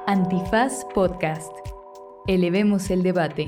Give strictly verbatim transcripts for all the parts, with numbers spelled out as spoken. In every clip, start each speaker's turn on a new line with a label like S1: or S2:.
S1: Antifaz Podcast. Elevemos el debate.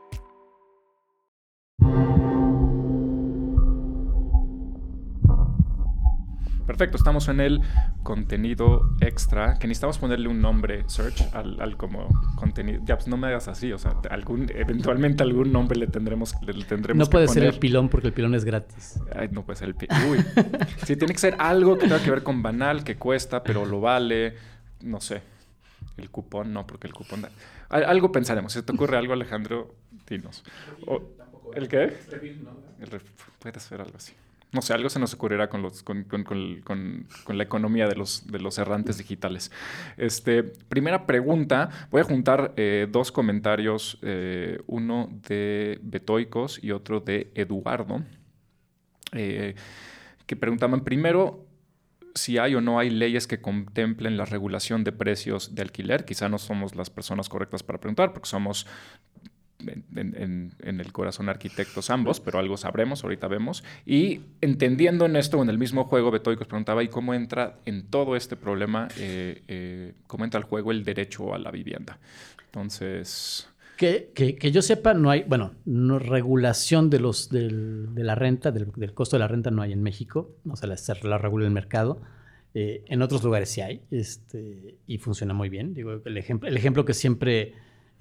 S2: Perfecto, estamos en el contenido extra, que necesitamos ponerle un nombre, Search, al, al como contenido. Ya, pues no me hagas así, o sea, algún, eventualmente algún nombre le tendremos, le tendremos
S3: no
S2: que
S3: puede
S2: poner.
S3: ser el pilón porque el pilón es gratis.
S2: Ay, no puede ser el pilón. Uy. Sí, tiene que ser algo que tenga que ver con banal, que cuesta, pero lo vale. No sé. El cupón, no, porque el cupón... Da... Algo pensaremos. Si te ocurre algo, Alejandro, dinos. O, ¿El qué? El ref... Puede ser algo así. No sé, algo se nos ocurrirá con, los, con, con, con, con, con la economía de los, de los errantes digitales. Este, primera pregunta. Voy a juntar eh, dos comentarios, eh, uno de Betoicos y otro de Eduardo, eh, que preguntaban primero si hay o no hay leyes que contemplen la regulación de precios de alquiler. Quizá no somos las personas correctas para preguntar porque somos... En, en, en el corazón arquitectos ambos, pero algo sabremos, ahorita vemos. Y entendiendo en esto, en el mismo juego, Betoicos preguntaba, ¿y cómo entra en todo este problema, eh, eh, cómo entra al juego el derecho a la vivienda? Entonces...
S3: Que, que, que yo sepa, no hay, bueno, no, regulación de los del, de la renta, del, del costo de la renta no hay en México, o sea, la, la regula el mercado. Eh, en otros lugares sí hay, este, y funciona muy bien. Digo, el ejemplo, el ejemplo que siempre...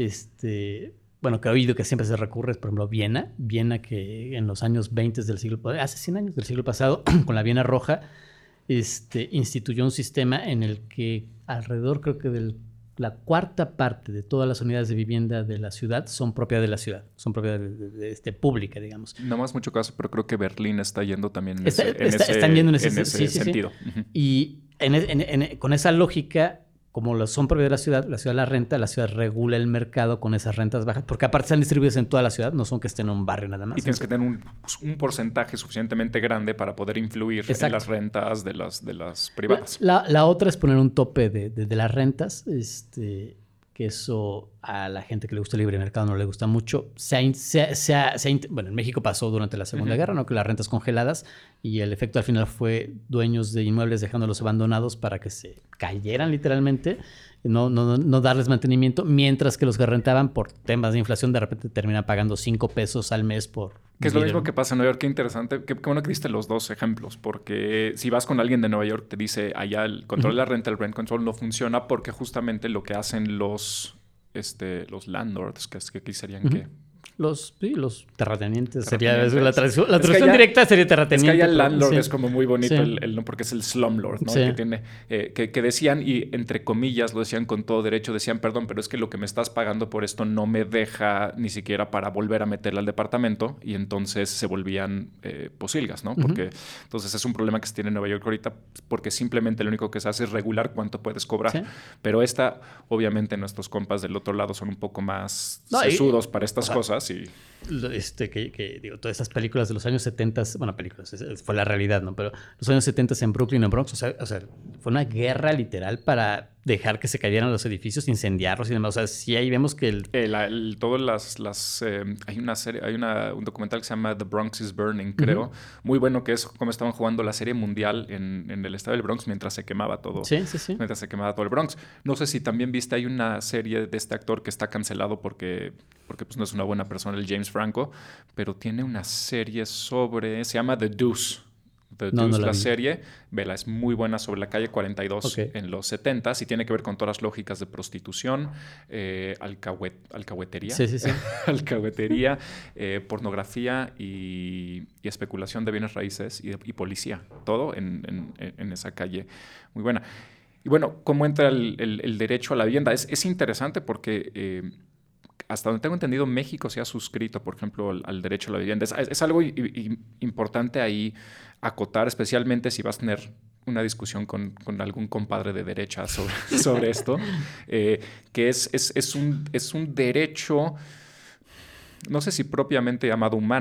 S3: Este, bueno, que he oído que siempre se recurre es, por ejemplo, Viena. Viena que en los años veinte del siglo... Hace cien años del siglo pasado, con la Viena Roja, este, instituyó un sistema en el que alrededor, creo que de la cuarta parte de todas las unidades de vivienda de la ciudad son propiedad de la ciudad. Son propiedad de, de, de este, pública, digamos.
S2: No más mucho caso, pero creo que Berlín está yendo también en
S3: está,
S2: ese, en
S3: está,
S2: ese,
S3: están yendo en ese,
S2: en ese
S3: sí, sí,
S2: sentido.
S3: Sí.
S2: Uh-huh.
S3: Y en, en, en, con esa lógica... Como lo son propiedad de la ciudad, la ciudad la renta, la ciudad regula el mercado con esas rentas bajas, porque aparte están distribuidas en toda la ciudad, no son que estén en un barrio nada más.
S2: Y tienes que tener un, un porcentaje suficientemente grande para poder influir Exacto. en las rentas de las, de las privadas.
S3: La, la, la otra es poner un tope de, de, de las rentas, este, que eso a la gente que le gusta el libre mercado no le gusta mucho. Se ha, se ha, se ha, se ha, bueno, en México pasó durante la Segunda uh-huh. Guerra, ¿no? Que las rentas congeladas y el efecto al final fue dueños de inmuebles dejándolos abandonados para que se cayeran literalmente, no, no, no darles mantenimiento, mientras que los que rentaban por temas de inflación de repente terminan pagando cinco pesos al mes por...
S2: Que es lo mismo que pasa en Nueva York. Qué interesante. Qué, qué bueno que diste los dos ejemplos, porque si vas con alguien de Nueva York te dice allá el control uh-huh. de la renta, el rent control no funciona porque justamente lo que hacen los... Este, los landlords, que, que aquí serían uh-huh. que...
S3: Los, sí, los terratenientes.
S2: terratenientes.
S3: Sería la traducción, la traducción allá, directa sería terrateniente.
S2: Es que allá el
S3: pero,
S2: landlord
S3: sí.
S2: es como muy bonito,
S3: sí.
S2: el, el, porque es el slumlord, ¿no?
S3: Sí.
S2: Que, tiene, eh, que, que decían, y entre comillas lo decían con todo derecho, decían, perdón, pero es que lo que me estás pagando por esto no me deja ni siquiera para volver a meterle al departamento, y entonces se volvían eh, posilgas, ¿no? Porque uh-huh. entonces es un problema que se tiene en Nueva York ahorita, porque simplemente lo único que se hace es regular cuánto puedes cobrar. ¿Sí? Pero esta, obviamente nuestros compas del otro lado son un poco más no, sesudos y, para estas o sea, cosas y...
S3: Este, que, que digo, todas estas películas de los años setenta, bueno, películas, fue la realidad, ¿no? Pero los años setenta en Brooklyn, en Bronx, o sea, o sea, fue una guerra literal para dejar que se cayeran los edificios, incendiarlos y demás. O sea, sí ahí vemos que el...
S2: el, el todas las... las eh, hay una serie, hay una, un documental que se llama The Bronx is Burning, creo. Uh-huh. Muy bueno, que es como estaban jugando la serie mundial en, en el estado del Bronx mientras se quemaba todo.
S3: Sí, sí, sí.
S2: Mientras se quemaba todo el Bronx. No sé si también viste, hay una serie de este actor que está cancelado porque, porque pues, no es una buena persona, el James Franco, pero tiene una serie sobre... Se llama The Deuce. The
S3: no,
S2: Deuce,
S3: no la,
S2: la
S3: vi.
S2: serie, vela, es muy buena, sobre la calle cuarenta y dos okay. en los setentas y tiene que ver con todas las lógicas de prostitución, eh, alcahuet, alcahuetería,
S3: sí, sí, sí.
S2: alcahuetería eh, pornografía y, y especulación de bienes raíces y, y policía, todo en, en, en esa calle muy buena. Y bueno, ¿cómo entra el, el, el derecho a la vivienda? Es, es interesante porque... Eh, hasta donde tengo entendido, México se ha suscrito, por ejemplo, al, al derecho a la vivienda. Es, es algo i, i, importante ahí acotar, especialmente si vas a tener una discusión con, con algún compadre de derecha sobre, sobre esto, eh, que es, es, es, un, es un derecho, no sé si propiamente llamado humano,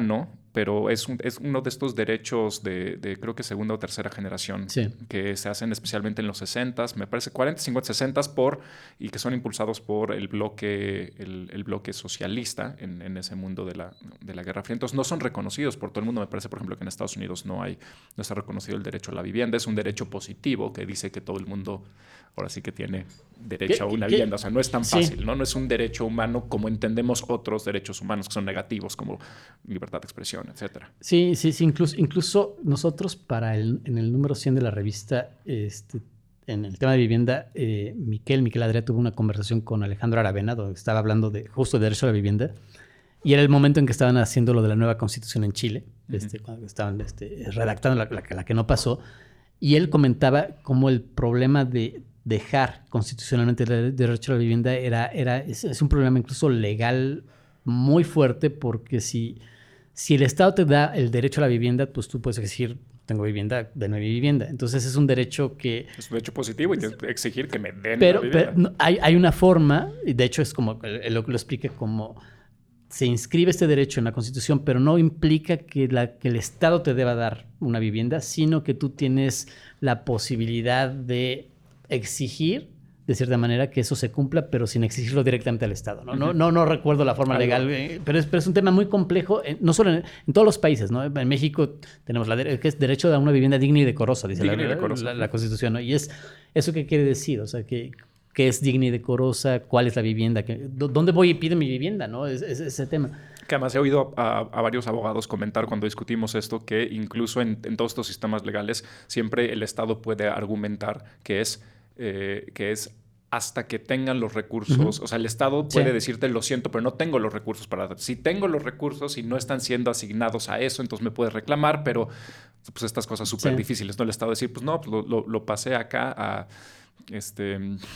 S2: pero es, un, es uno de estos derechos de, de creo que segunda o tercera generación
S3: Sí.
S2: que se hacen especialmente en los sesentas, me parece cuarenta, cincuenta, sesenta por y que son impulsados por el bloque el, el bloque socialista en, en ese mundo de la, de la Guerra Fría. Entonces no son reconocidos por todo el mundo. Me parece, por ejemplo, que en Estados Unidos no hay no está reconocido el derecho a la vivienda. Es un derecho positivo que dice que todo el mundo ahora sí que tiene derecho
S3: ¿Qué,
S2: a una
S3: qué?
S2: vivienda. O sea, no es tan
S3: Sí.
S2: fácil, ¿no? No es un derecho humano como entendemos otros derechos humanos que son negativos, como libertad de expresión, etcétera.
S3: Sí, sí, sí. Incluso, incluso nosotros para el, en el número cien de la revista, este, en el tema de vivienda, eh, Miquel, Miquel Adrià tuvo una conversación con Alejandro Aravena, donde estaba hablando de justo de derecho a la vivienda. Y era el momento en que estaban haciendo lo de la nueva constitución en Chile, uh-huh. este, cuando estaban este, redactando la, la, la que no pasó. Y él comentaba cómo el problema de dejar constitucionalmente el derecho a la vivienda era, era, es, es un problema incluso legal muy fuerte, porque si, si el Estado te da el derecho a la vivienda, pues tú puedes exigir, tengo vivienda, denme mi vivienda. Entonces es un derecho que...
S2: Es un derecho positivo y tienes que exigir que me den
S3: pero,
S2: la vivienda.
S3: Pero no, hay, hay una forma, y de hecho es como, él lo, lo explica como... Se inscribe este derecho en la Constitución, pero no implica que, la, que el Estado te deba dar una vivienda, sino que tú tienes la posibilidad de exigir, de cierta manera, que eso se cumpla, pero sin exigirlo directamente al Estado, ¿no? Uh-huh. No, no, no recuerdo la forma legal, eh, pero, es, pero es un tema muy complejo, eh, no solo en, en todos los países, ¿no? En México tenemos la de, que es derecho a una vivienda digna y decorosa, dice la, decorosa. La, la, la Constitución, ¿no? Y es eso que quiere decir, o sea, que... qué es digna y decorosa, cuál es la vivienda, que, dónde voy y pido mi vivienda, ¿no? Es, es ese tema.
S2: Que además he oído a, a varios abogados comentar cuando discutimos esto que incluso en, en todos estos sistemas legales siempre el Estado puede argumentar que es, eh, que es hasta que tengan los recursos. Uh-huh. O sea, el Estado puede sí. decirte, lo siento, pero no tengo los recursos para... Si tengo los recursos y no están siendo asignados a eso, entonces me puedes reclamar, pero pues estas cosas súper sí. difíciles, ¿no? El Estado decir, pues no, pues lo, lo, lo pasé acá a... este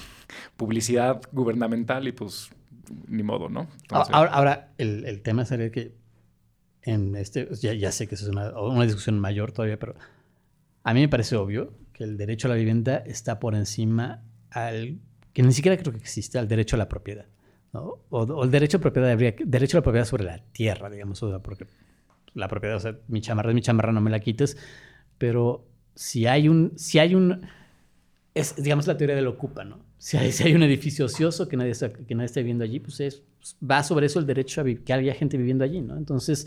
S2: publicidad gubernamental y pues ni modo, ¿no?
S3: Entonces... Ahora, ahora el, el tema sería que en este, ya, ya sé que eso es una, una discusión mayor todavía, pero a mí me parece obvio que el derecho a la vivienda está por encima al, que ni siquiera creo que existe, al derecho a la propiedad, ¿no? O, o el derecho a propiedad habría, derecho a la propiedad sobre la tierra, digamos, o sea, porque la propiedad, o sea, mi chamarra es mi chamarra, no me la quites, pero si hay un, si hay un es, digamos, la teoría del ocupa, ¿no? Si hay, si hay un edificio ocioso que nadie, está, que nadie esté viviendo allí, pues es, va sobre eso el derecho a que haya gente viviendo allí, ¿no? Entonces,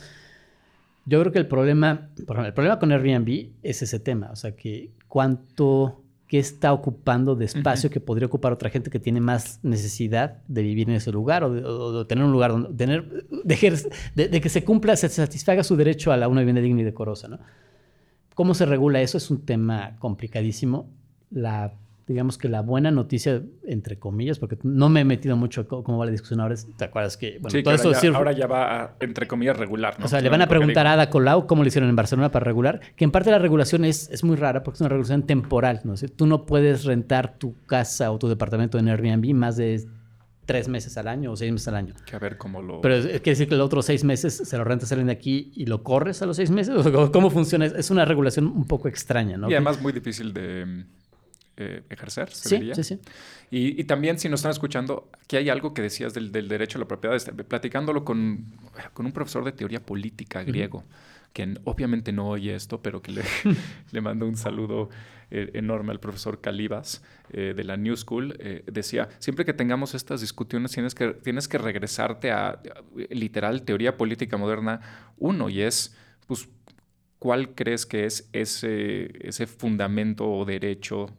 S3: yo creo que el problema, por ejemplo, el problema con Airbnb es ese tema, o sea, que cuánto, qué está ocupando de espacio uh-huh. que podría ocupar otra gente que tiene más necesidad de vivir en ese lugar o de, o de tener un lugar donde, tener, de, de, de que se cumpla, se satisfaga su derecho a la, una vivienda digna y decorosa, ¿no? ¿Cómo se regula eso? Es un tema complicadísimo. La, digamos que la buena noticia, entre comillas, porque no me he metido mucho a cómo va la discusión ahora, ¿te acuerdas que, bueno,
S2: sí,
S3: todo
S2: que
S3: esto
S2: ahora, ya,
S3: es,
S2: ahora ya va a, entre comillas, regular, ¿no?
S3: O sea, le van a preguntar a Ada Colau cómo lo hicieron en Barcelona para regular, que en parte la regulación es, es muy rara porque es una regulación temporal, ¿no? O sea, tú no puedes rentar tu casa o tu departamento en Airbnb más de tres meses al año o seis meses al año.
S2: Que a ver cómo lo...
S3: Pero es, quiere decir que los otros seis meses se lo rentas a alguien de aquí y lo corres a los seis meses. ¿O cómo funciona? Es una regulación un poco extraña, ¿no?
S2: Y además muy difícil de... Eh, ejercer, se
S3: sí,
S2: diría.
S3: Sí, sí.
S2: Y, y también, si nos están escuchando, aquí hay algo que decías del, del derecho a la propiedad, este, platicándolo con, con un profesor de teoría política griego, uh-huh. que obviamente no oye esto, pero que le, le mando un saludo eh, enorme al profesor Calibas eh, de la New School. Eh, decía, siempre que tengamos estas discusiones tienes que, tienes que regresarte a, a literal teoría política moderna uno, y es, pues, ¿cuál crees que es ese, ese fundamento o derecho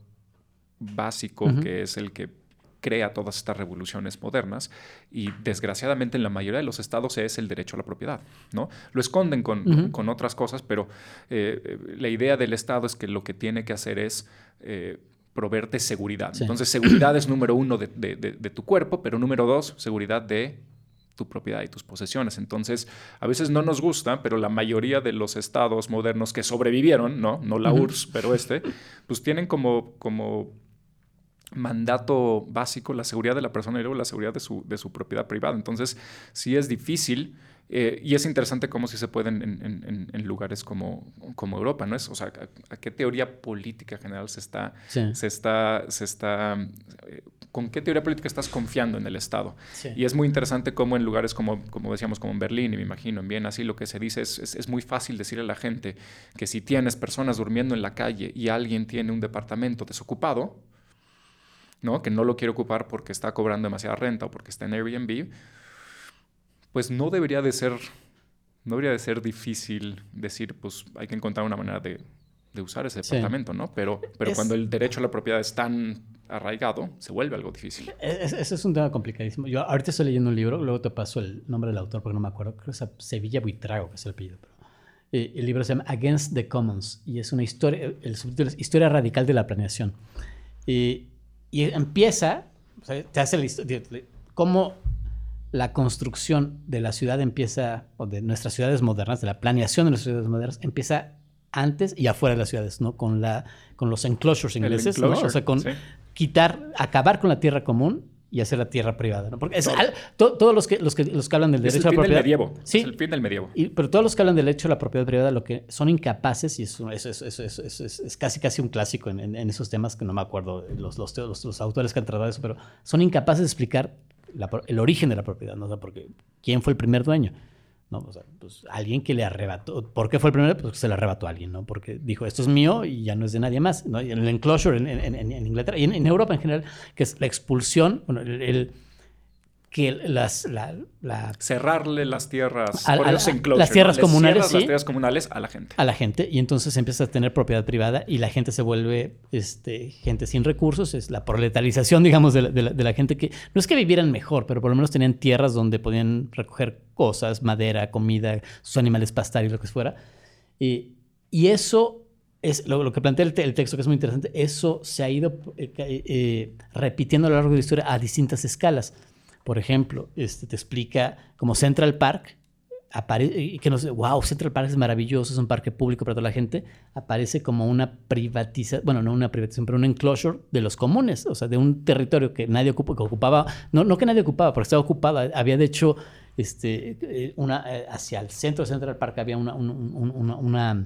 S2: básico uh-huh. que es el que crea todas estas revoluciones modernas? Y desgraciadamente en la mayoría de los estados es el derecho a la propiedad, ¿no? Lo esconden con, uh-huh. con otras cosas, pero eh, la idea del Estado es que lo que tiene que hacer es eh, proveerte seguridad. Sí. Entonces, seguridad es número uno de, de, de, de tu cuerpo, pero número dos, seguridad de tu propiedad y tus posesiones. Entonces, a veces no nos gusta, pero la mayoría de los estados modernos que sobrevivieron, no, no la uh-huh. U R S S, pero este, pues tienen como... como mandato básico la seguridad de la persona y luego la seguridad de su, de su propiedad privada. Entonces, sí es difícil eh, y es interesante cómo sí se puede en, en, en, en lugares como, como Europa, ¿no? Es, o sea, a, a qué teoría política general se está... Sí. se está, se está eh, ¿Con qué teoría política estás confiando en el Estado? Sí. Y es muy interesante cómo en lugares como, como decíamos, como en Berlín, y me imagino, en Viena, así lo que se dice es, es, es muy fácil decirle a la gente que si tienes personas durmiendo en la calle y alguien tiene un departamento desocupado, ¿no? Que no lo quiere ocupar porque está cobrando demasiada renta o porque está en Airbnb, pues no debería de ser, no debería de ser difícil decir, pues hay que encontrar una manera de, de usar ese departamento, sí. ¿no? Pero, pero es... cuando el derecho a la propiedad es tan arraigado, se vuelve algo difícil.
S3: Ese es, es un tema complicadísimo. Yo ahorita estoy leyendo un libro, luego te paso el nombre del autor porque no me acuerdo, creo que es Sevilla Buitrago, que es el apellido. Pero, eh, el libro se llama Against the Commons y es una historia, el subtítulo es Historia Radical de la Planeación. Eh, Y empieza, o sea, te hace la historia, cómo la construcción de la ciudad empieza, o de nuestras ciudades modernas, de la planeación de nuestras ciudades modernas, empieza antes y afuera de las ciudades, ¿no? Con, la, con los enclosures ingleses, enclosure, ¿no? O sea, con sí. quitar, acabar con la tierra común y hacer la tierra privada, ¿no? Porque es, al, to, todos los que, los, que, los que hablan del derecho a la propiedad...
S2: Es el fin del medievo. Sí, es el fin del medievo.
S3: Y, pero todos los que hablan del derecho a la propiedad privada, lo que son incapaces, y eso es, es, es, es, es, es, es casi casi un clásico en, en, en esos temas, que no me acuerdo los, los, los, los autores que han tratado eso, pero son incapaces de explicar la, el origen de la propiedad, ¿no? O sea, porque ¿quién fue el primer dueño? ¿No? O sea, pues alguien que le arrebató. ¿Por qué fue el primero? Pues se le arrebató a alguien, ¿no? Porque dijo, esto es mío y ya no es de nadie más, ¿no? Y en el enclosure en, en, en, en Inglaterra y en, en Europa en general, que es la expulsión, bueno, el... el que las la, la,
S2: cerrarle las tierras
S3: a,
S2: por
S3: a,
S2: los enclosures,
S3: las tierras
S2: ¿no?
S3: comunales sí,
S2: las tierras comunales a la gente
S3: a la gente y entonces empieza a tener propiedad privada y la gente se vuelve este, gente sin recursos, es la proletarización, digamos, de la, de, la, de la gente que no es que vivieran mejor, pero por lo menos tenían tierras donde podían recoger cosas, madera, comida, sus animales pastar y lo que fuera. Y, y eso es lo, lo que plantea el, te, el texto, que es muy interesante. Eso se ha ido eh, eh, repitiendo a lo largo de la historia a distintas escalas. Por ejemplo, este, te explica como Central Park, apare- que no sé, wow, Central Park es maravilloso, es un parque público para toda la gente, aparece como una privatización, bueno, no una privatización, pero un enclosure de los comunes, o sea, de un territorio que nadie ocupa, que ocupaba, no, no que nadie ocupaba, porque estaba ocupada, había de hecho, este, una, hacia el centro de Central Park había una, un, un, una, una,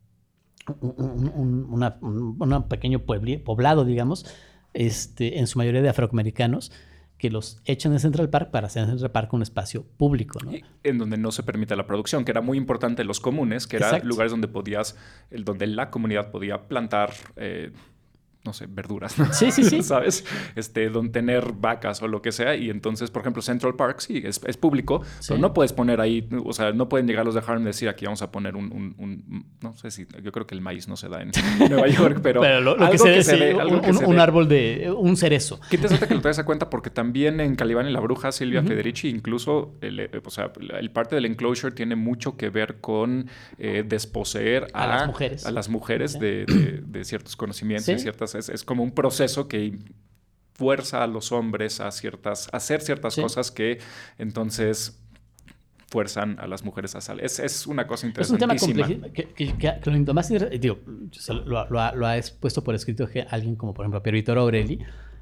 S3: un, un, una, un, un pequeño puebli, poblado, digamos, este, en su mayoría de afroamericanos, que los echan de Central Park para hacer en Central Park un espacio público, ¿no?
S2: En donde no se permite la producción, que era muy importante en los comunes, que eran lugares donde podías, donde la comunidad podía plantar, eh, no sé, verduras, ¿no?
S3: Sí, sí, sí.
S2: ¿Sabes? Este, donde tener vacas o lo que sea. Y entonces, por ejemplo, Central Park sí, es, es público, sí. Pero no puedes poner ahí, o sea, no pueden llegar los de Harlem y decir, aquí vamos a poner un, un, un, no sé si, yo creo que el maíz no se da en Nueva York, pero,
S3: pero lo, lo
S2: algo
S3: que se,
S2: que
S3: se
S2: se
S3: ve,
S2: ve, algo
S3: un,
S2: que se
S3: un
S2: ve.
S3: árbol de, un cerezo.
S2: Qué interesante que lo traigas a cuenta, porque también en Calibán y la Bruja, Silvia uh-huh. Federici, incluso, el, o sea, el parte del enclosure tiene mucho que ver con eh, desposeer a,
S3: a las mujeres,
S2: a las mujeres ¿sí? de, de, de ciertos conocimientos, ¿sí? y ciertas, es, es como un proceso que fuerza a los hombres a, ciertas, a hacer ciertas ¿sí? cosas que entonces fuerzan a las mujeres a salir. Es, es una cosa interesantísima.
S3: Es un tema complejo. Que, que, que, que lo más interesante, digo, lo, lo, lo ha expuesto por escrito que alguien como, por ejemplo, Pier Vittorio Aureli.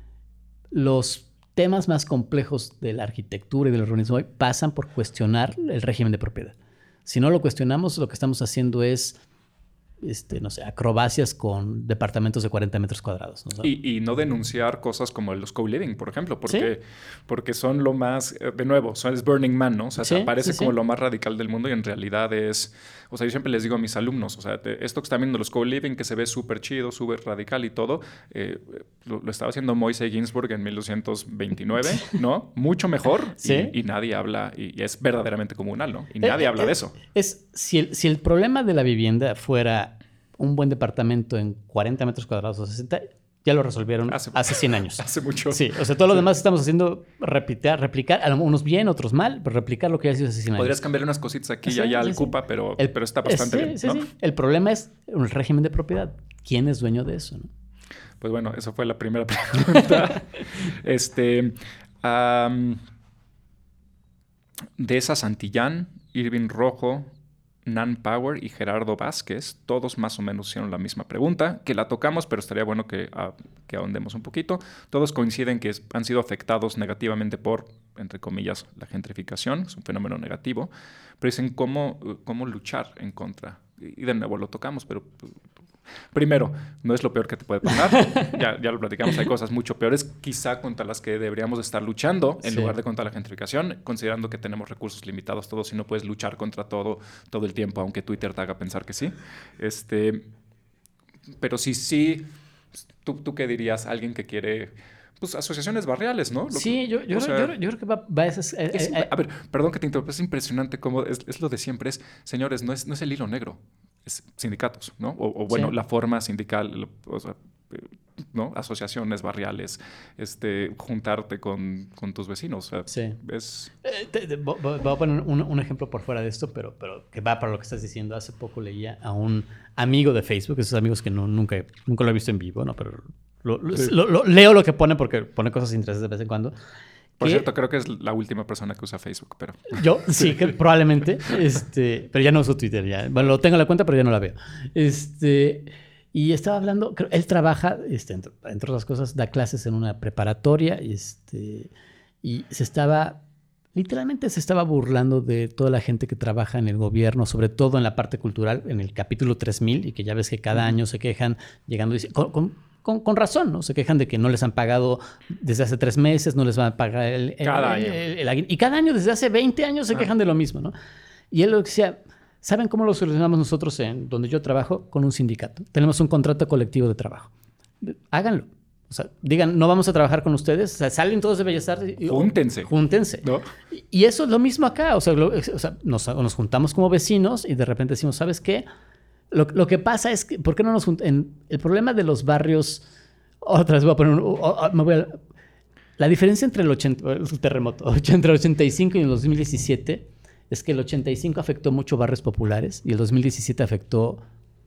S3: Los temas más complejos de la arquitectura y del urbanismo hoy pasan por cuestionar el régimen de propiedad. Si no lo cuestionamos, lo que estamos haciendo es Este, no sé, acrobacias con departamentos de cuarenta metros cuadrados, ¿no?
S2: Y, y no denunciar cosas como los co-living, por ejemplo, porque, ¿sí? porque son lo más, de nuevo, son, es Burning Man, ¿no? O sea,
S3: sí,
S2: parece
S3: sí,
S2: como
S3: sí.
S2: lo más radical del mundo y en realidad es, o sea, yo siempre les digo a mis alumnos, o sea, te, esto que están viendo los co-living, que se ve súper chido, súper radical y todo, eh, lo, lo estaba haciendo Moisés Ginsburg en mil doscientos veintinueve, ¿no? Mucho mejor
S3: ¿sí?
S2: y, y nadie habla, y, y es verdaderamente comunal, ¿no? Y nadie
S3: eh,
S2: habla
S3: eh,
S2: de eso.
S3: Es, si el, si el problema de la vivienda fuera un buen departamento en cuarenta metros cuadrados o sesenta, ya lo resolvieron hace, hace cien años.
S2: Hace mucho.
S3: Sí, o sea, todo lo demás estamos haciendo replicar, replicar, unos bien, otros mal, pero replicar lo que ya ha sido hace cien años.
S2: Podrías cambiarle unas cositas aquí
S3: sí,
S2: y allá
S3: sí,
S2: al
S3: sí.
S2: Cupa, pero,
S3: el,
S2: pero está bastante
S3: sí,
S2: bien,
S3: sí,
S2: ¿no?
S3: Sí. El problema es el régimen de propiedad. ¿Quién es dueño de eso, no?
S2: Pues bueno, esa fue la primera pregunta. este, um, de esa Santillán, Irving Rojo, Nan Power y Gerardo Vázquez, todos más o menos hicieron la misma pregunta, que la tocamos, pero estaría bueno que, uh, que ahondemos un poquito. Todos coinciden que es, han sido afectados negativamente por, entre comillas, la gentrificación, es un fenómeno negativo, pero dicen cómo, cómo luchar en contra. Y de nuevo lo tocamos, pero... Primero, no es lo peor que te puede pasar. ya, ya lo platicamos. Hay cosas mucho peores, quizá contra las que deberíamos estar luchando en sí. lugar de contra la gentrificación, considerando que tenemos recursos limitados todos y no puedes luchar contra todo todo el tiempo, aunque Twitter te haga pensar que sí. Este, pero sí, sí. ¿Tú, tú qué dirías? Alguien que quiere... Pues asociaciones barriales, ¿no? Lo
S3: sí,
S2: que,
S3: yo, yo,
S2: sea,
S3: yo, yo creo que va, va a... Es,
S2: eh, es, eh, a ver, perdón que te interrumpa. Es impresionante cómo... Es, es lo de siempre. Es, señores, no es, no es el hilo negro. Es sindicatos, ¿no? O, o bueno, sí. la forma sindical, o sea, ¿no? Asociaciones barriales, este, juntarte con, con tus vecinos. O sea,
S3: sí.
S2: es...
S3: Eh, te, te, voy a poner un, un ejemplo por fuera de esto, pero, pero que va para lo que estás diciendo. Hace poco leía a un amigo de Facebook, esos amigos que no, nunca, nunca lo he visto en vivo, ¿no? Pero lo, lo, sí. lo, lo, leo lo que pone porque pone cosas interesantes de vez en cuando.
S2: Por cierto, creo que es la última persona que usa Facebook, pero...
S3: Yo, sí, que probablemente. Este, pero ya no uso Twitter. Ya. Bueno, lo tengo en la cuenta, pero ya no la veo. Este, y estaba hablando... Creo, él trabaja, este, entre, entre otras cosas, da clases en una preparatoria. Este, y se estaba... Literalmente se estaba burlando de toda la gente que trabaja en el gobierno, sobre todo en la parte cultural, en el capítulo tres mil, y que ya ves que cada año se quejan, llegando... Con, con, Con, con razón, ¿no? Se quejan de que no les han pagado desde hace tres meses, no les van a pagar el... el
S2: cada
S3: el,
S2: año.
S3: El, el, y cada año, desde hace veinte años, se ah. quejan de lo mismo, ¿no? Y él lo decía, ¿saben cómo lo solucionamos nosotros en donde yo trabajo? Con un sindicato. Tenemos un contrato colectivo de trabajo. Háganlo. O sea, digan, no vamos a trabajar con ustedes. O sea, salen todos de Bellas Artes. Y,
S2: júntense.
S3: Júntense. ¿No? Y, y eso es lo mismo acá. O sea, lo, o sea nos, nos juntamos como vecinos y de repente decimos, ¿sabes qué? Lo, lo que pasa es que, ¿por qué no nos juntamos? El problema de los barrios, otra vez voy a poner, un, o, o, me voy a, la diferencia entre el, ochenta, el terremoto, entre el ochenta y cinco y el dos mil diecisiete es que el ochenta y cinco afectó mucho barrios populares y el dos mil diecisiete afectó,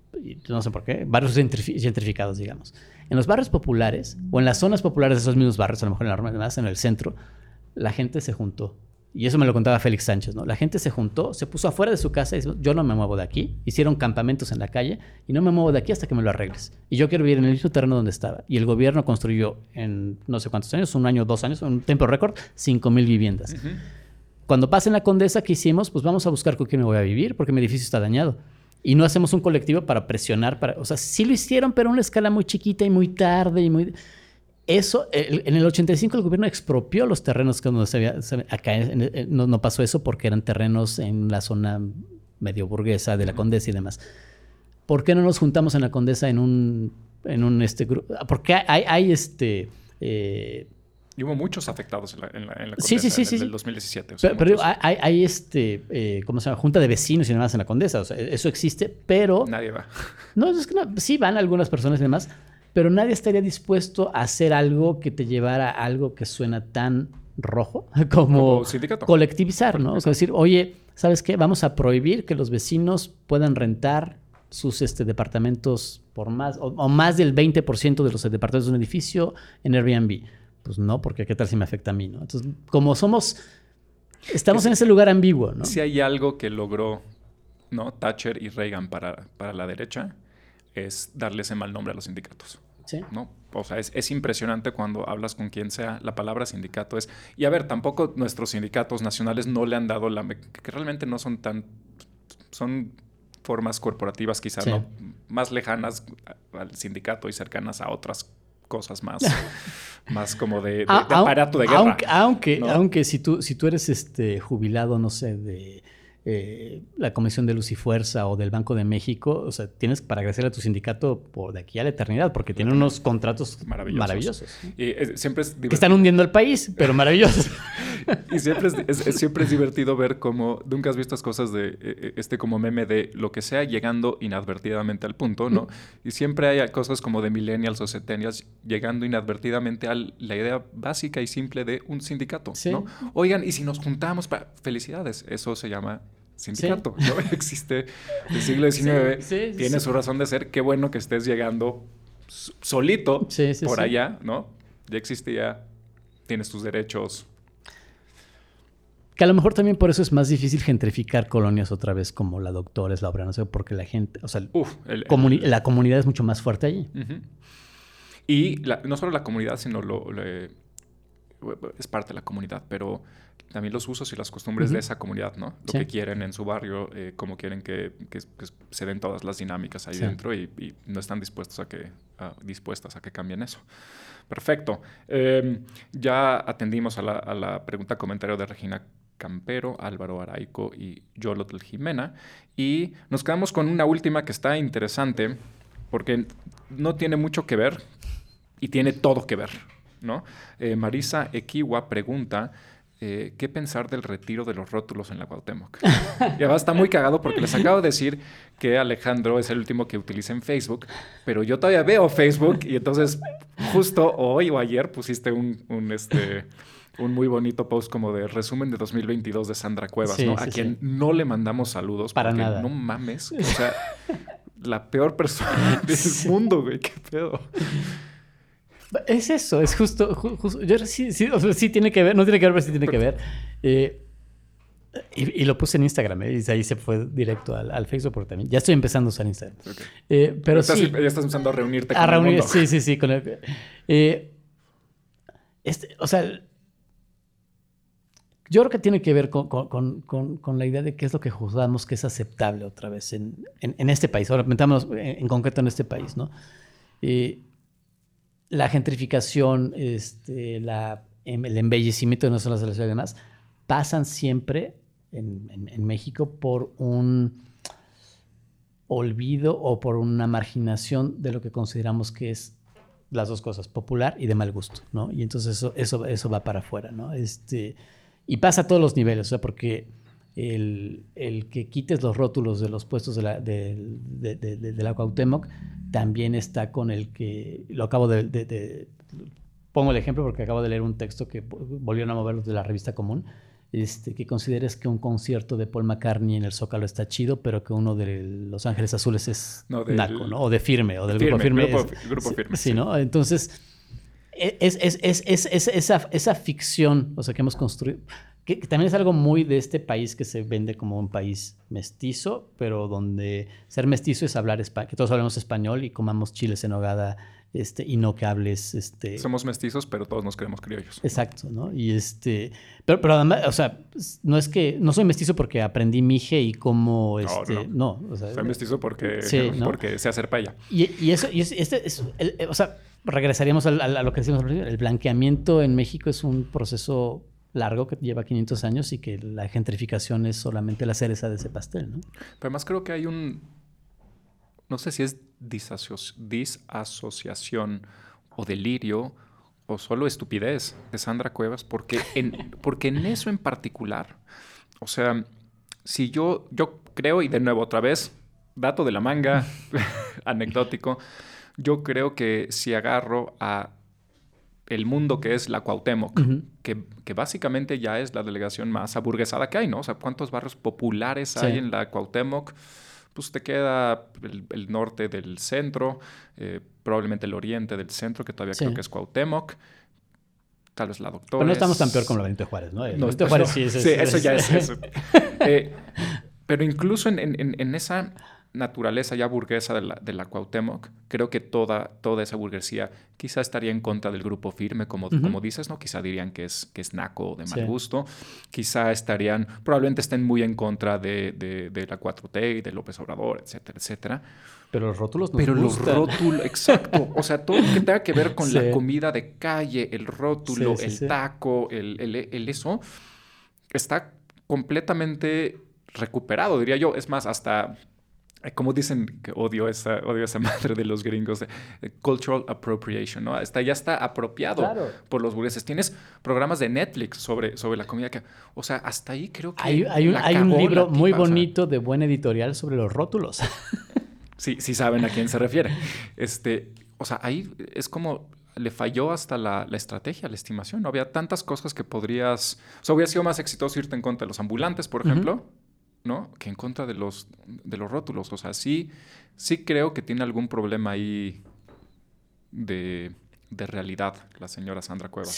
S3: no sé por qué, barrios gentrificados, digamos. En los barrios populares, o en las zonas populares de esos mismos barrios, a lo mejor en la Roma, además en el centro, la gente se juntó. Y eso me lo contaba Félix Sánchez, ¿no? La gente se juntó, se puso afuera de su casa y dijo, yo no me muevo de aquí. Hicieron campamentos en la calle y no me muevo de aquí hasta que me lo arregles. Y yo quiero vivir en el mismo terreno donde estaba. Y el gobierno construyó en no sé cuántos años, un año, dos años, un tiempo récord, cinco mil viviendas. Uh-huh. Cuando pase en la Condesa, ¿qué hicimos? Pues vamos a buscar con quién me voy a vivir porque mi edificio está dañado. Y no hacemos un colectivo para presionar. Para, o sea, sí lo hicieron, pero a una escala muy chiquita y muy tarde y muy... Eso, el, en el ochenta y cinco el gobierno expropió los terrenos que no se había... Se, acá en, en, no, no pasó eso porque eran terrenos en la zona medio burguesa de la Condesa y demás. ¿Por qué no nos juntamos en la Condesa en un, en un este grupo? Porque hay, hay este... Eh,
S2: y hubo muchos afectados en la, en la, en la Condesa
S3: sí, sí, sí,
S2: en
S3: sí,
S2: el
S3: sí.
S2: del dos mil diecisiete. O sea,
S3: pero pero hay, hay este, eh, ¿cómo se llama? Junta de vecinos y demás en la Condesa. O sea, eso existe, pero...
S2: Nadie va.
S3: No, es que no, sí van algunas personas y demás, pero nadie estaría dispuesto a hacer algo que te llevara a algo que suena tan rojo como, como colectivizar, ¿no? O sea, decir, oye, ¿sabes qué? Vamos a prohibir que los vecinos puedan rentar sus este, departamentos por más, o, o más del veinte por ciento de los departamentos de un edificio en Airbnb. Pues no, porque ¿qué tal si me afecta a mí, no? Entonces, como somos, estamos en ese lugar ambiguo, ¿no?
S2: Si hay algo que logró, ¿no? Thatcher y Reagan para, para la derecha, es darle ese mal nombre a los sindicatos.
S3: Sí.
S2: ¿No? O sea, es, es impresionante cuando hablas con quien sea, la palabra sindicato es... Y a ver, tampoco nuestros sindicatos nacionales no le han dado la... que realmente no son tan... son formas corporativas quizás, sí. ¿no? Más lejanas al sindicato y cercanas a otras cosas más, más como de, de, de aparato de guerra.
S3: Aunque, aunque,
S2: ¿no?
S3: aunque si tú, si tú eres este jubilado, no sé, de... Eh, la Comisión de Luz y Fuerza o del Banco de México, o sea, tienes para agradecer a tu sindicato por de aquí a la eternidad, porque tienen unos contratos maravillosos. maravillosos ¿no?
S2: Y es, siempre es
S3: que están hundiendo al país, pero maravillosos.
S2: Y siempre es, es, es, siempre es divertido ver cómo, nunca has visto estas cosas de, eh, este como meme de lo que sea llegando inadvertidamente al punto, ¿no? Mm. Y siempre hay cosas como de millennials o centennials llegando inadvertidamente a la idea básica y simple de un sindicato, sí. ¿no? Oigan, y si nos juntamos para... Felicidades, eso se llama... sindicato, sí. ¿no? Existe el siglo diecinueve, sí, sí, tiene sí. su razón de ser. Qué bueno que estés llegando solito sí, sí, por sí. allá, ¿no? Ya existía, tienes tus derechos.
S3: Que a lo mejor también por eso es más difícil gentrificar colonias otra vez como la Doctores, la Obra, no sé, porque la gente, o sea,
S2: Uf, el,
S3: comuni-
S2: el,
S3: la comunidad es mucho más fuerte allí.
S2: Uh-huh. Y la, no solo la comunidad, sino lo, lo, es parte de la comunidad, pero también los usos y las costumbres uh-huh. de esa comunidad, ¿no? Lo sí. que quieren en su barrio, eh, cómo quieren que, que, que se den todas las dinámicas ahí sí. dentro y, y no están dispuestos a que, a, dispuestas a que cambien eso. Perfecto. Eh, ya atendimos a la, a la pregunta comentario de Regina Campero, Álvaro Araico y Yolotl Jimena. Y nos quedamos con una última que está interesante porque no tiene mucho que ver y tiene todo que ver, ¿no? Eh, Marisa Equiwa pregunta eh, ¿qué pensar del retiro de los rótulos en la Cuauhtémoc? Y además está muy cagado porque les acabo de decir que Alejandro es el último que utiliza en Facebook, pero yo todavía veo Facebook y entonces justo hoy o ayer pusiste un... un este, un muy bonito post como de resumen de dos mil veintidós de Sandra Cuevas, sí, ¿no? Sí, a quien sí. no le mandamos saludos.
S3: Para
S2: porque
S3: nada.
S2: No mames. O sea, la peor persona del sí. mundo, güey. ¿Qué pedo?
S3: Es eso, es justo... justo yo sí, sí, o sea, sí tiene que ver, no tiene que ver, pero sí tiene que ver. Eh, y, y lo puse en Instagram, ¿eh? Y ahí se fue directo al, al Facebook porque también... Ya estoy empezando a usar Instagram. Okay. Eh, pero
S2: estás,
S3: sí...
S2: Ya estás empezando a reunirte
S3: a
S2: con
S3: reunir,
S2: el mundo.
S3: Sí, sí, sí. Con el, eh, este, o sea... Yo creo que tiene que ver con, con, con, con la idea de qué es lo que juzgamos que es aceptable otra vez en, en, en este país. Ahora, metámonos en, en concreto en este país, ¿no? Eh, la gentrificación, este, la, el embellecimiento de nuestras ciudades y demás, pasan siempre en, en, en México por un olvido o por una marginación de lo que consideramos que es las dos cosas, popular y de mal gusto, ¿no? Y entonces eso, eso, eso va para afuera, ¿no? Este... Y pasa a todos los niveles, o sea, porque el, el que quites los rótulos de los puestos de la, de, de, de, de, de la Cuauhtémoc también está con el que... Lo acabo de, de, de... Pongo el ejemplo porque acabo de leer un texto que volvieron a moverlos de la revista Común, este, que consideres que un concierto de Paul McCartney en el Zócalo está chido, pero que uno de Los Ángeles Azules es no, del, naco, ¿no? O de Firme, o del Firme, Grupo Firme.
S2: Grupo,
S3: es,
S2: grupo Firme.
S3: Sí, sí, ¿no? Entonces... Es, es, es, es, es esa, esa ficción, o sea, que hemos construido, que, que también es algo muy de este país que se vende como un país mestizo, pero donde ser mestizo es hablar español, que todos hablemos español y comamos chiles en nogada, este, y no que hables... Este...
S2: Somos mestizos, pero todos nos creemos criollos.
S3: Exacto, ¿no? Y este... Pero, pero además, o sea, no es que... No soy mestizo porque aprendí mije y como... Este, no, no. no o sea,
S2: soy mestizo porque,
S3: sí, ¿no?
S2: porque sé hacer paella.
S3: Y, y eso... Y es, este es, el, o sea... Regresaríamos a, a, a lo que decimos, el blanqueamiento en México es un proceso largo que lleva quinientos años y que la gentrificación es solamente la cereza de ese pastel, ¿no?
S2: Pero además creo que hay un... No sé si es disaso- disasociación o delirio o solo estupidez de Sandra Cuevas, porque en, porque en eso en particular, o sea, si yo, yo creo, y de nuevo otra vez, dato de la manga, anecdótico, yo creo que si agarro a el mundo que es la Cuauhtémoc, uh-huh. que, que básicamente ya es la delegación más aburguesada que hay, ¿no? O sea, ¿cuántos barrios populares sí. hay en la Cuauhtémoc? Pues te queda el, el norte del centro, eh, probablemente el oriente del centro, que todavía sí. creo que es Cuauhtémoc. Tal vez la Doctores.
S3: Pero no estamos tan peor como la Benito Juárez, ¿no? El
S2: no,
S3: Benito Juárez
S2: no,
S3: sí es...
S2: Sí,
S3: es,
S2: eso
S3: es,
S2: ya es eso. eh, pero incluso en, en, en esa... naturaleza ya burguesa de la, de la Cuauhtémoc, creo que toda, toda esa burguesía quizá estaría en contra del Grupo Firme, como, uh-huh. como dices, ¿no? Quizá dirían que es, que es naco o de mal sí. gusto. Quizá estarían, probablemente estén muy en contra de, de, de la cuatro T y de López Obrador, etcétera, etcétera.
S3: Pero los rótulos nos
S2: Pero
S3: gustan.
S2: los rótulos, exacto. O sea, todo lo que tenga que ver con sí. la comida de calle, el rótulo, sí, sí, el sí. taco, el, el, el eso, está completamente recuperado, diría yo. Es más, hasta... Como dicen que odio esa, odio esa madre de los gringos, de, de cultural appropriation, ¿no? Está, ya está apropiado claro. por los burgueses. Tienes programas de Netflix sobre, sobre la comida que... O sea, hasta ahí creo que...
S3: Hay, hay, un, hay un libro tipa, muy bonito, o sea, de buen editorial sobre los rótulos.
S2: Sí, sí saben a quién se refiere. Este, o sea, ahí es como... Le falló hasta la, la estrategia, la estimación. No había tantas cosas que podrías... O sea, hubiera sido más exitoso irte en contra de los ambulantes, por ejemplo... Uh-huh. ¿no? Que en contra de los, de los rótulos. O sea, sí, sí creo que tiene algún problema ahí de, de realidad la señora Sandra Cuevas.
S3: Sí,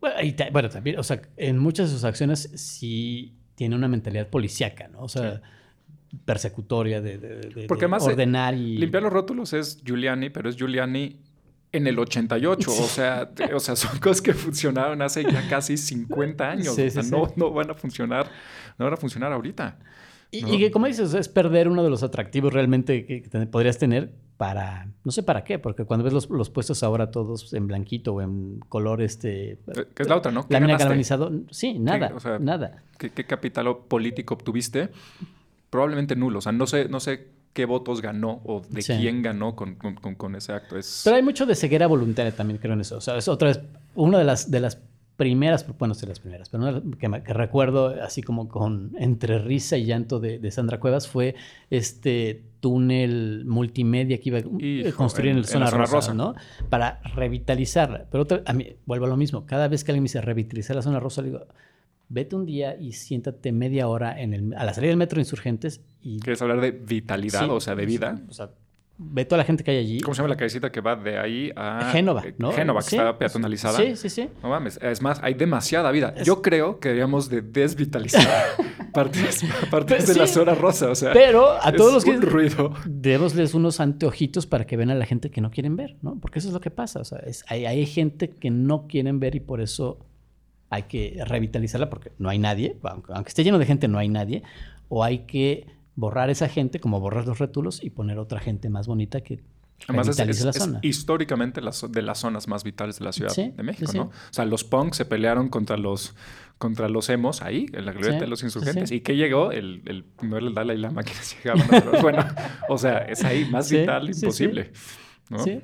S3: Bueno, y ta- bueno, también, o sea, en muchas de sus acciones sí tiene una mentalidad policíaca, ¿no? O sea, sí. persecutoria de, de, de,
S2: Porque
S3: de
S2: además,
S3: ordenar y...
S2: limpiar los rótulos es Giuliani, pero es Giuliani en el ochenta y ocho. Sí. O sea, o sea, son cosas que funcionaron hace ya casi cincuenta años. Sí, o sea, sí, no, sí. no van a funcionar, no van a funcionar ahorita.
S3: Y,
S2: ¿no?
S3: y que, como dices, es perder uno de los atractivos realmente que, que te, podrías tener para... No sé para qué, porque cuando ves los, los puestos ahora todos en blanquito o en color este...
S2: ¿Qué es la otra, no?
S3: Lámina galvanizado. Sí, nada,
S2: ¿Qué, o sea,
S3: nada.
S2: ¿qué, ¿Qué capital político obtuviste? Probablemente nulo. O sea, no sé, no sé qué votos ganó o de sí. quién ganó con, con, con, con ese acto. Es...
S3: Pero hay mucho de ceguera voluntaria también, creo en eso. O sea, es otra vez, una de las... De las primeras, bueno, sí las primeras, pero una que, me, que recuerdo así como con entre risa y llanto de, de Sandra Cuevas fue este túnel multimedia que iba a construir en, en, el zona, en zona rosa, rosa, ¿no? Para revitalizarla. Pero otra, a mí, vuelvo a lo mismo, cada vez que alguien me dice revitalizar la zona rosa, le digo, vete un día y siéntate media hora en el, a la salida del metro de Insurgentes y...
S2: ¿Quieres hablar de vitalidad, sí, o sea, de vida?
S3: O sea, ve toda la gente que hay allí.
S2: ¿Cómo se llama la callecita que va de ahí a...
S3: Génova, ¿no?
S2: Génova, que
S3: sí,
S2: está peatonalizada.
S3: Sí, sí, sí.
S2: No mames. Es más, hay demasiada vida. Es... Yo creo que deberíamos de desvitalizar partes, partes de sí, la zona rosa. O sea,
S3: pero a todos los que...
S2: un ruido.
S3: Démosles unos anteojitos para que vean a la gente que no quieren ver, ¿no? Porque eso es lo que pasa. O sea, es, hay, hay gente que no quieren ver y por eso hay que revitalizarla porque no hay nadie. Aunque, aunque esté lleno de gente, no hay nadie. O hay que... borrar esa gente, como borrar los rótulos y poner otra gente más bonita que
S2: además es, es,
S3: la
S2: es
S3: zona.
S2: históricamente las, de las zonas más vitales de la Ciudad
S3: sí,
S2: de México,
S3: sí,
S2: ¿no?
S3: sí.
S2: O sea, los punks se pelearon contra los contra los emos ahí, en la glorieta
S3: sí,
S2: de los insurgentes.
S3: sí, sí.
S2: ¿Y qué llegó? El, el, no era el Dalai Lama que llegaba. ¿No? Pero bueno, o sea, es ahí más
S3: sí,
S2: vital
S3: sí,
S2: imposible.
S3: Sí.
S2: ¿No?
S3: Sí.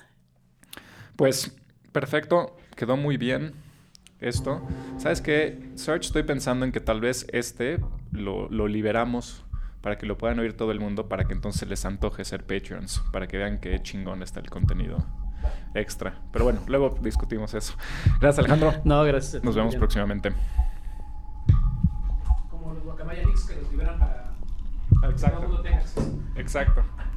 S2: Pues, perfecto. Quedó muy bien esto. ¿Sabes qué? Search, estoy pensando en que tal vez este lo, lo liberamos para que lo puedan oír todo el mundo, para que entonces les antoje ser Patreons, para que vean qué chingón está el contenido extra. Pero bueno, luego discutimos eso. Gracias, Alejandro.
S3: No, gracias.
S2: Nos vemos próximamente.
S4: Como los guacamayanics que los liberan para...
S2: Exacto.
S4: Todo el mundo tenga acceso.
S2: Exacto.